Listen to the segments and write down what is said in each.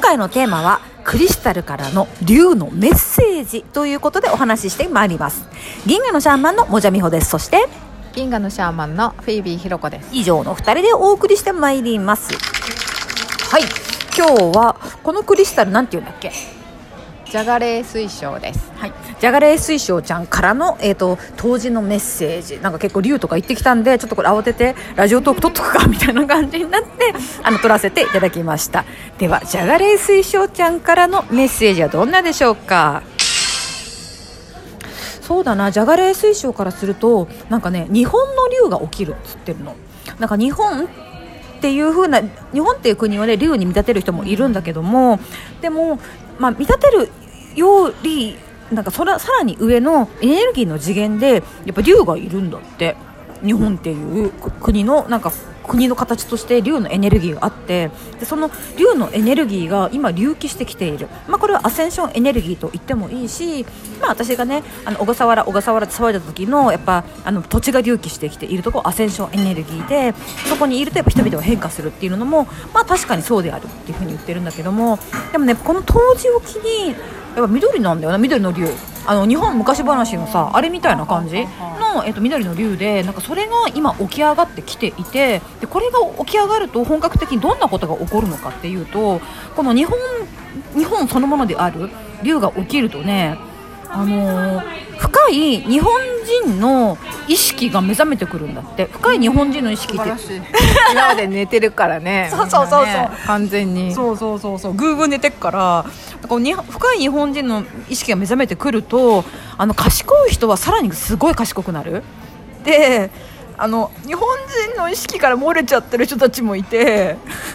回のテーマはクリスタルからの竜のメッセージということでお話ししてまいります。銀河のシャーマンのもじゃみほです。そして銀河のシャーマンのフィービーひろこです。 以上の2人でお送りしてまいります。はい、今日はこのクリスタルなんて言うんだっけ？ ジャガレー水晶です。 はい、ジャガレー水晶ちゃんからの、当時のメッセージ、なんか結構竜とか言ってきたんで、ちょっとこれ慌ててラジオトーク撮っとくかみたいな感じになって撮らせていただきました。ではジャガレー水晶ちゃんからのメッセージはどんなでしょうか？そうだな、ジャガレー水晶からするとなんかね、日本の竜が起きるっつってるの。なんか日本っていう風な、日本っていう国はね、竜に見立てる人もいるんだけども、でも見立てるよりなんかさらに上のエネルギーの次元でやっぱ竜がいるんだって。日本っていう国のなんか国の形として竜のエネルギーがあって、でその竜のエネルギーが今隆起してきている、これはアセンションエネルギーと言ってもいいし、私がね小笠原って騒いだ時のやっぱ土地が隆起してきているところアセンションエネルギーで、そこにいるとやっぱ人々が変化するっていうのも確かにそうであるっていうふうに言ってるんだけども、でもねこの冬至を機にやっぱ緑なんだよな、緑の竜。日本昔話のさあれみたいな感じの、緑の竜で、なんかそれが今起き上がってきていて、でこれが起き上がると本格的にどんなことが起こるのかっていうと、この日本そのものである竜が起きるとね、深い日本人の意識が目覚めてくるんだって。深い日本人の意識って今まで寝てるからねそう完全にそうグーグー寝てっから、深い日本人の意識が目覚めてくると、賢い人はさらにすごい賢くなる。で日本人の意識から漏れちゃってる人たちもいて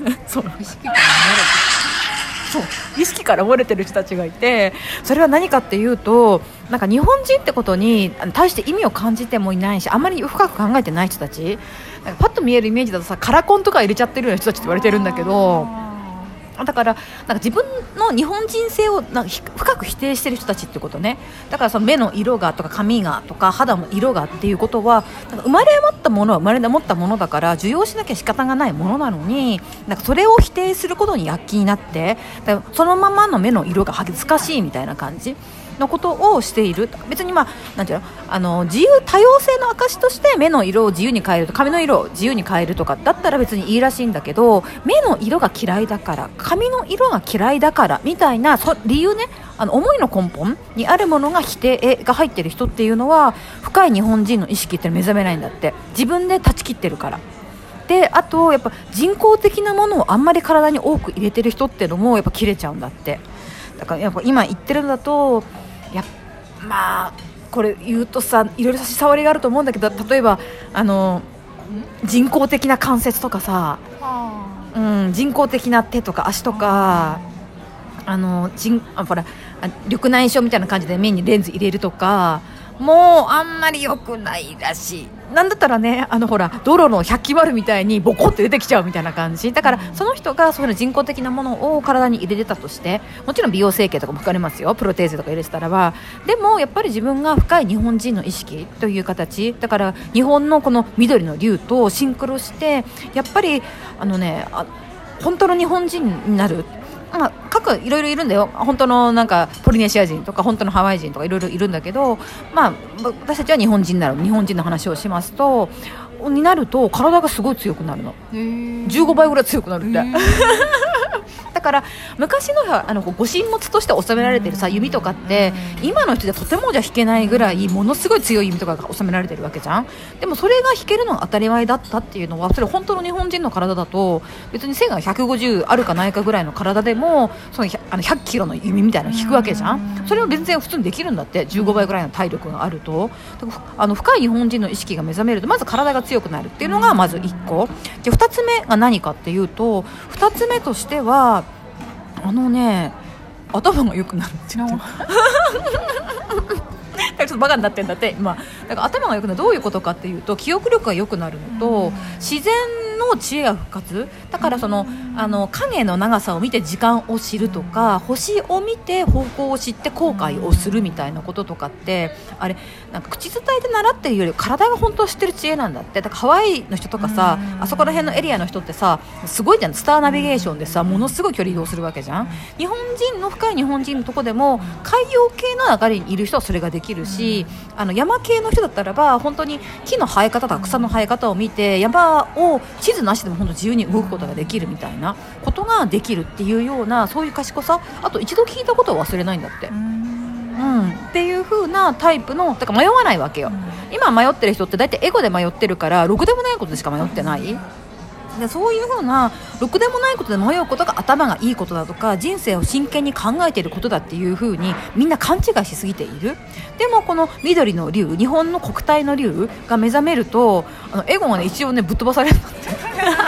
意識から漏れてる人たちがいて、それは何かっていうと、なんか日本人ってことに対して意味を感じてもいないし、あんまり深く考えてない人たち、なんかパッと見えるイメージだとさ、カラコンとか入れちゃってるような人たちって言われてるんだけど、だからなんか自分の日本人性をなんか深く否定してる人たちってことね。だからその目の色がとか髪がとか肌の色がっていうことは、なんか生まれ持ったものは生まれ持ったものだから受容しなきゃ仕方がないものなのに、なんかそれを否定することに躍起になって、だからそのままの目の色が恥ずかしいみたいな感じのことをしている。別になんていうの、自由多様性の証として目の色を自由に変えると、髪の色を自由に変えるとかだったら別にいいらしいんだけど、目の色が嫌いだから髪の色が嫌いだからみたいな理由ね、思いの根本にあるものが否定が入ってる人っていうのは、深い日本人の意識って目覚めないんだって。自分で断ち切ってるから。であとやっぱ人工的なものをあんまり体に多く入れてる人っていうのもやっぱ切れちゃうんだって。だからやっぱ今言ってるんだと、これ言うとさ、いろいろ差し障りがあると思うんだけど、例えば人工的な関節とかさ、人工的な手とか足とか、ほら緑内障みたいな感じで目にレンズ入れるとか、もうあんまり良くないらしい。なんだったらね、ほら道路の100均丸みたいにボコって出てきちゃうみたいな感じだから、その人がそういう人工的なものを体に入れてたとして、もちろん美容整形とかも含まれますよ、プロテーゼとか入れてたらば。でもやっぱり自分が深い日本人の意識という形だから、日本のこの緑の竜とシンクロして、やっぱり本当の日本人になる。各いろいろいるんだよ、本当のなんかポリネシア人とか本当のハワイ人とかいろいろいるんだけど、私たちは日本人になる、日本人の話をしますとになると体がすごい強くなるの。15倍ぐらい強くなるってだから昔のご神物として収められてるさ弓とかって、今の人でとてもじゃ弾けないぐらいものすごい強い弓とかが収められてるわけじゃん。でもそれが弾けるのが当たり前だったっていうのは、それ本当の日本人の体だと、別に背が150あるかないかぐらいの体でもその100キロの弓みたいなの弾くわけじゃん。それを全然普通にできるんだって、15倍ぐらいの体力があると。深い日本人の意識が目覚めると、まず体が強くなるっていうのがまず1個で、2つ目が何かっていうと、2つ目としては頭が良くなるって言ってちょっとバカになってんだって今。だから頭が良くなる、どういうことかっていうと、記憶力が良くなるのと、自然の知恵が復活だから影の長さを見て時間を知るとか、星を見て方向を知って後悔をするみたいなこととかって、あれなんか口伝えで習ってるより体が本当は知ってる知恵なんだって。だからハワイの人とかさ、あそこら辺のエリアの人ってさすごいじゃん。スターナビゲーションでさものすごい距離移動するわけじゃん。日本人の深い日本人のとこでも海洋系の流れにいる人はそれができるし、山系の人だったらば本当に木の生え方とか草の生え方を見て山を地図なしでも本当自由に動くことができるみたいなことができるっていうような、そういう賢さ、あと一度聞いたことを忘れないんだって、っていう風なタイプの、だから迷わないわけよ。今迷ってる人って大体エゴで迷ってるから、ろくでもないことでしか迷ってない。でそういう風なろくでもないことで迷うことが頭がいいことだとか、人生を真剣に考えていることだっていう風にみんな勘違いしすぎている。でもこの緑の竜、日本の国体の竜が目覚めるとエゴがね一応ねぶっ飛ばされるんだって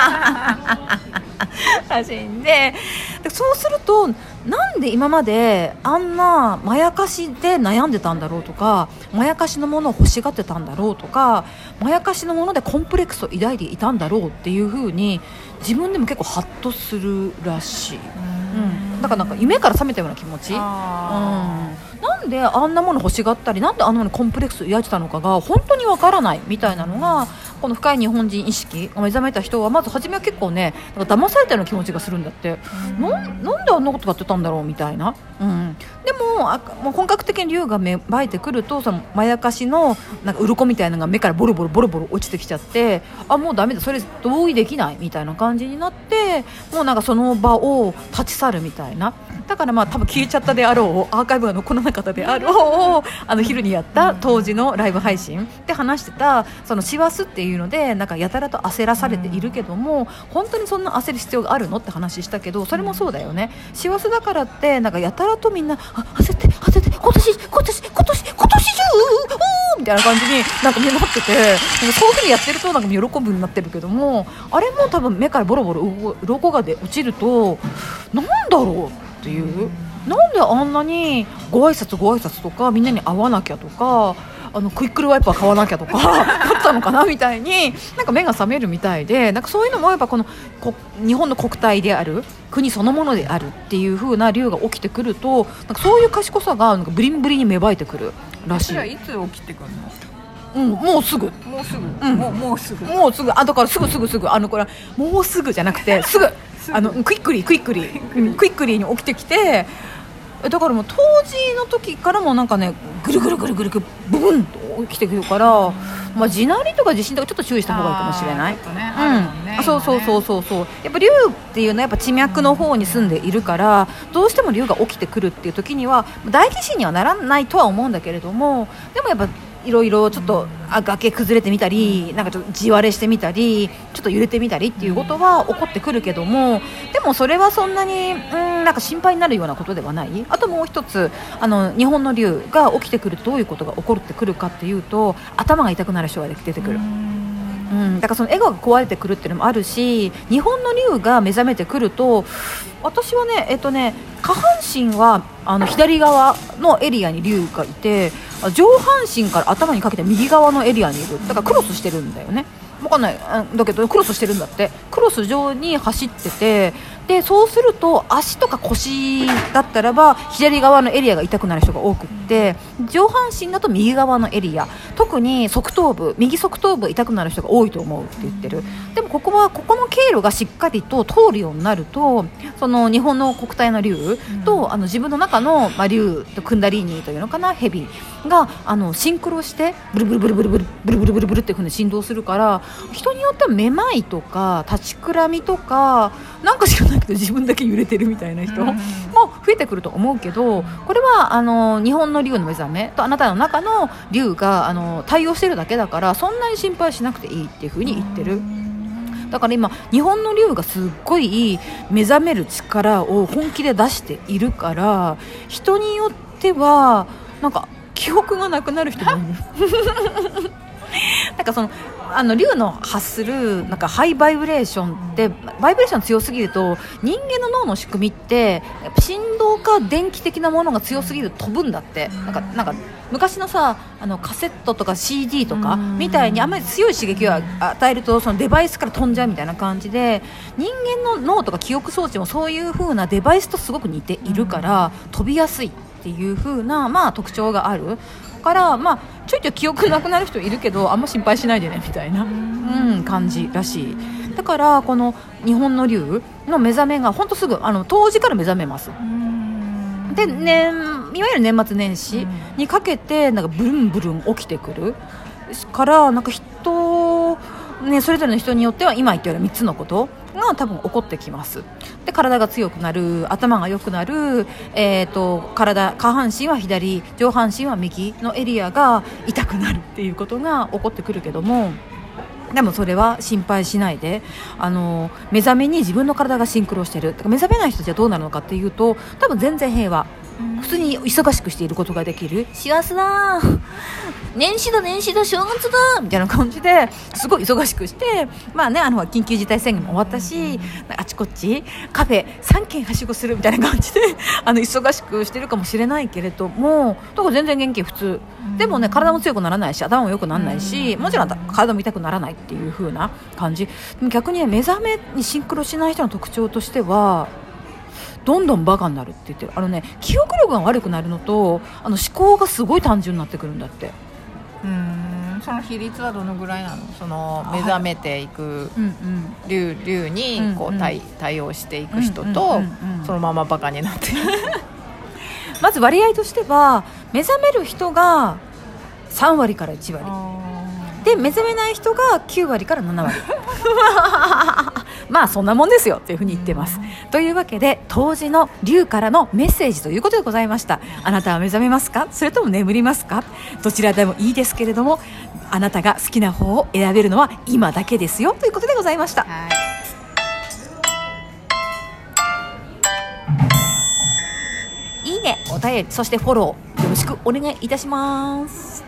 らしいんで、そうするとなんで今まであんなまやかしで悩んでたんだろうとか、まやかしのものを欲しがってたんだろうとか、まやかしのものでコンプレックスを抱いていたんだろうっていう風に自分でも結構ハッとするらしい。だからなんか夢から覚めたような気持ち。なんであんなもの欲しがったり、なんであんなものコンプレックスを抱いてたのかが本当にわからないみたいなのが、この深い日本人意識が目覚めた人はまず初めは結構ねなんか騙されたような気持ちがするんだって。なんであんなことやってたんだろうみたいな、でももう本格的に竜が芽生えてくると、そのまやかしのなんか鱗みたいなのが目からボロボロボロボロ落ちてきちゃって、もうダメだ、それ同意できないみたいな感じになって、もうなんかその場を立ち去るみたいな。だから多分消えちゃったであろう、アーカイブが残らなかったであろう昼にやった当時のライブ配信で話してたその師走っていうので、なんかやたらと焦らされているけども、本当にそんな焦る必要があるのって話したけど、それもそうだよね。師走だからってなんかやたらとみんな焦って今年中みたいな感じになんかみんななってて、なんかそういう風にやってるとなんか喜ぶようになってるけども、あれも多分目からボロボロ鱗がで落ちるとなんだろうっていう、なんであんなにご挨拶とかみんなに会わなきゃとかクイックルワイパー買わなきゃとかだったのかなみたいになんか目が覚めるみたいで、なんかそういうのもやっぱこの日本の国体である国そのものであるっていう風な竜が起きてくると、なんかそういう賢さがなんかブリンブリンに芽生えてくるらしい。 それはいつ起きてくるの？ もうすぐだからすぐこれはもうすぐじゃなくてすぐクイックリーに起きてきて、だからもう当時の時からもなんかねぐるぐるブブンと起きてくるから、地鳴りとか地震とかちょっと注意した方がいいかもしれない。そうやっぱ竜っていうのはやっぱ地脈の方に住んでいるから、どうしても竜が起きてくるっていう時には大地震にはならないとは思うんだけれども、でもやっぱいろいろちょっと崖崩れてみたり、なんかちょっと地割れしてみたり、ちょっと揺れてみたりっていうことは起こってくるけども、でもそれはそんなになんか心配になるようなことではない。あともう一つ日本の竜が起きてくるとどういうことが起こってくるかっていうと、頭が痛くなる人が出てくる。だからそのエゴが壊れてくるっていうのもあるし、日本の竜が目覚めてくると、私はね下半身は左側のエリアに竜がいて、上半身から頭にかけて右側のエリアにいる。だからクロスしてるんだよね。分かんないだけどクロスしてるんだって。クロス上に走ってて、でそうすると足とか腰だったらば左側のエリアが痛くなる人が多くって、上半身だと右側のエリア、特に右側頭部痛くなる人が多いと思うって言ってる。でもここの経路がしっかりと通るようになると、その日本の国体の竜と自分の中の、竜とクンダリーニというのかな、ヘビがシンクロしてブルブルブルブルブルブルブルブルブルっていう風に振動するから、人によってはめまいとか立ちくらみとかなんか知らないけど自分だけ揺れてるみたいな人も増えてくると思うけど、これは日本の竜の目覚めとあなたの中の竜が対応してるだけだから、そんなに心配しなくていいっていう風に言ってる。だから今日本の竜がすっごい目覚める力を本気で出しているから、人によってはなんか記憶がなくなる人もいるなんかその竜の発するなんかハイバイブレーションってバイブレーション強すぎると人間の脳の仕組みってやっぱ振動か電気的なものが強すぎると飛ぶんだって。なんか昔のさカセットとか CD とかみたいにあんまり強い刺激を与えるとそのデバイスから飛んじゃうみたいな感じで、人間の脳とか記憶装置もそういう風なデバイスとすごく似ているから飛びやすいっていう風な、特徴があるから、ちょいちょい記憶なくなる人いるけどあんま心配しないでねみたいな、感じらしい。だからこの日本の竜の目覚めが本当すぐ当時から目覚めます。で、いわゆる年末年始にかけてなんかブルンブルン起きてくるからなんかそれぞれの人によっては今言ったような3つのことが多分起こってきます。で体が強くなる、頭が良くなる、下半身は左、上半身は右のエリアが痛くなるっていうことが起こってくるけども、でもそれは心配しないで、目覚めに自分の体がシンクロしている。目覚めない人じゃどうなるのかっていうと多分全然平和、普通に忙しくしていることができる。幸せだ年始だ正月だみたいな感じですごい忙しくして、緊急事態宣言も終わったし、あちこちカフェ3軒はしごするみたいな感じで忙しくしてるかもしれないけれども、だから全然元気普通でもね、体も強くならないし頭も良くならないし、もちろん体も痛くならないっていう風な感じ。逆に、目覚めにシンクロしない人の特徴としてはどんどんバカになるって言ってる。記憶力が悪くなるのと思考がすごい単純になってくるんだって。 その比率はどのぐらいなの？その目覚めていく竜にこう対応していく人とそのままバカになっているまず割合としては目覚める人が3割から1割で、目覚めない人が9割から7割そんなもんですよというふうに言ってます。というわけで当時の竜からのメッセージということでございました。あなたは目覚めますか、それとも眠りますか、どちらでもいいですけれども、あなたが好きな方を選べるのは今だけですよということでございました。いいね、お便り、そしてフォローよろしくお願いいたします。